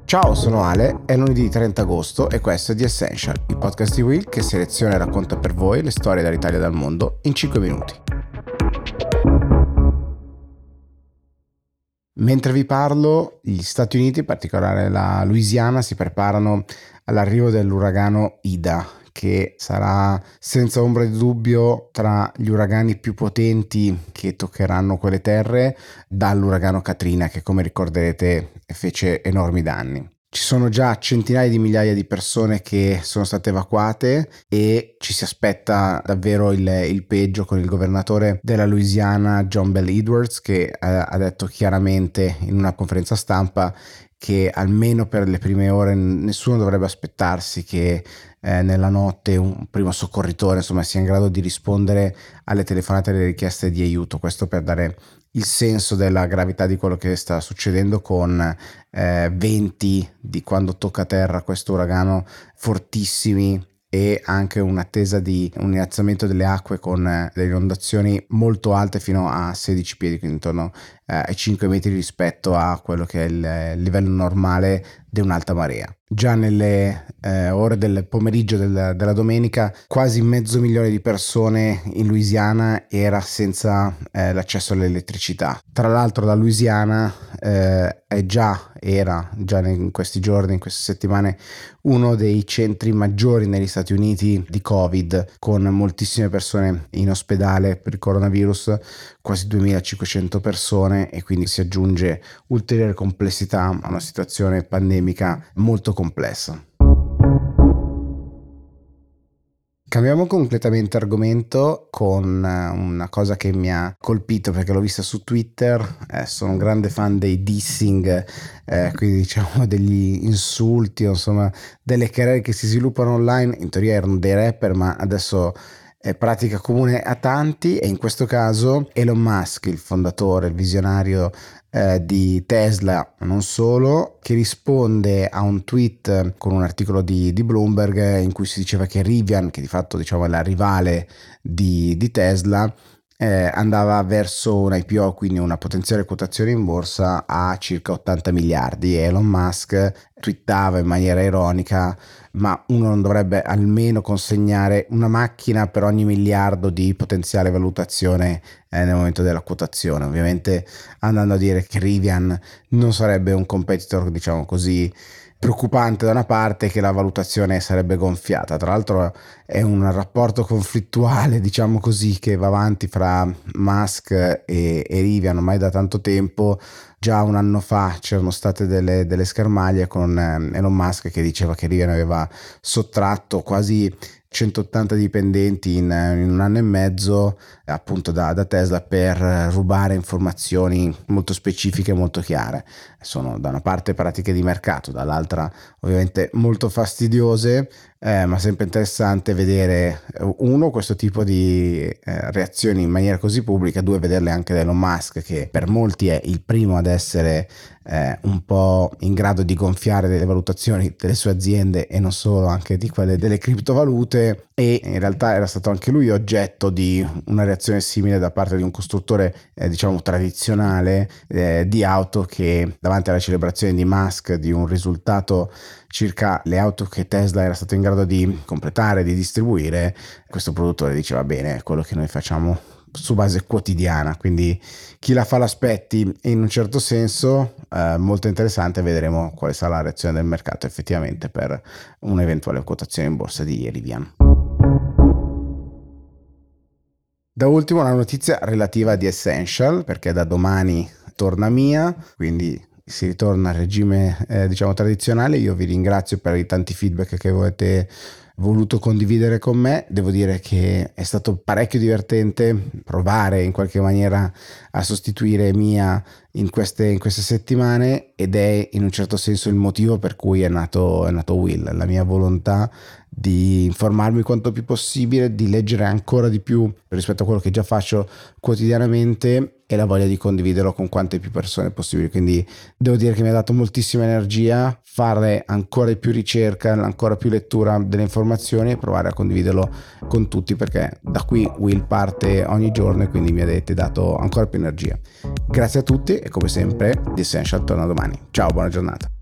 Ciao, sono Ale, è lunedì 30 agosto e questo è The Essential, il podcast di Will che seleziona e racconta per voi le storie dall'Italia e dal mondo in 5 minuti. Mentre vi parlo, gli Stati Uniti, in particolare la Louisiana, si preparano all'arrivo dell'uragano Ida, che sarà senza ombra di dubbio tra gli uragani più potenti che toccheranno quelle terre dall'uragano Katrina, che come ricorderete fece enormi danni. Ci sono già centinaia di migliaia di persone che sono state evacuate e ci si aspetta davvero il peggio, con il governatore della Louisiana John Bel Edwards che ha detto chiaramente in una conferenza stampa che almeno per le prime ore nessuno dovrebbe aspettarsi che nella notte un primo soccorritore sia in grado di rispondere alle telefonate e alle richieste di aiuto. Questo per dare il senso della gravità di quello che sta succedendo, con venti di quando tocca terra questo uragano fortissimi e anche un'attesa di un innalzamento delle acque con delle inondazioni molto alte fino a 16 piedi, quindi intorno ai 5 metri rispetto a quello che è il livello normale di un'alta marea. Già nelle ore del pomeriggio della domenica quasi 500.000 di persone in Louisiana era senza l'accesso all'elettricità. Tra l'altro la Louisiana era già in questi giorni, in queste settimane, uno dei centri maggiori negli Stati Uniti di Covid, con moltissime persone in ospedale per il coronavirus, quasi 2.500 persone, e quindi si aggiunge ulteriore complessità a una situazione pandemica molto complessa. Cambiamo completamente argomento con una cosa che mi ha colpito perché l'ho vista su Twitter. Sono un grande fan dei dissing, quindi diciamo degli insulti, insomma delle querele che si sviluppano online. In teoria erano dei rapper, ma adesso è pratica comune a tanti, e in questo caso Elon Musk, il fondatore, il visionario di Tesla, non solo, che risponde a un tweet con un articolo di Bloomberg in cui si diceva che Rivian, che di fatto è la rivale di Tesla, andava verso un IPO, quindi una potenziale quotazione in borsa a circa 80 miliardi. Elon Musk twittava in maniera ironica: ma uno non dovrebbe almeno consegnare una macchina per ogni miliardo di potenziale valutazione nel momento della quotazione? Ovviamente andando a dire che Rivian non sarebbe un competitor, così, preoccupante da una parte, che la valutazione sarebbe gonfiata. Tra l'altro è un rapporto conflittuale, così, che va avanti fra Musk e Rivian ormai da tanto tempo. Già un anno fa c'erano state delle schermaglie con Elon Musk che diceva che Rivian aveva sottratto quasi 180 dipendenti in un anno e mezzo, appunto da Tesla, per rubare informazioni molto specifiche e molto chiare. Sono da una parte pratiche di mercato, dall'altra ovviamente molto fastidiose, ma sempre interessante vedere, uno, questo tipo di reazioni in maniera così pubblica, due, vederle anche da Elon Musk, che per molti è il primo ad essere un po' in grado di gonfiare delle valutazioni delle sue aziende, e non solo, anche di quelle delle criptovalute. E in realtà era stato anche lui oggetto di una reazione simile da parte di un costruttore tradizionale di auto, che davanti alla celebrazione di Musk di un risultato circa le auto che Tesla era stato in grado di completare, di distribuire, questo produttore diceva: bene, è quello che noi facciamo su base quotidiana, quindi chi la fa l'aspetti. E in un certo senso molto interessante, vedremo quale sarà la reazione del mercato effettivamente per un'eventuale quotazione in borsa di Rivian. Da ultimo una notizia relativa a The Essential, perché da domani torna Mia, quindi si ritorna al regime tradizionale. Io vi ringrazio per i tanti feedback che avete voluto condividere con me. Devo dire che è stato parecchio divertente provare in qualche maniera a sostituire Mia in queste settimane, ed è in un certo senso il motivo per cui è nato Will, la mia volontà di informarmi quanto più possibile, di leggere ancora di più rispetto a quello che già faccio quotidianamente, e la voglia di condividerlo con quante più persone possibili. Quindi devo dire che mi ha dato moltissima energia fare ancora più ricerca, ancora più lettura delle informazioni e provare a condividerlo con tutti, perché da qui Will parte ogni giorno e quindi mi avete dato ancora più energia. Grazie a tutti e come sempre The Essential torna domani. Ciao, buona giornata.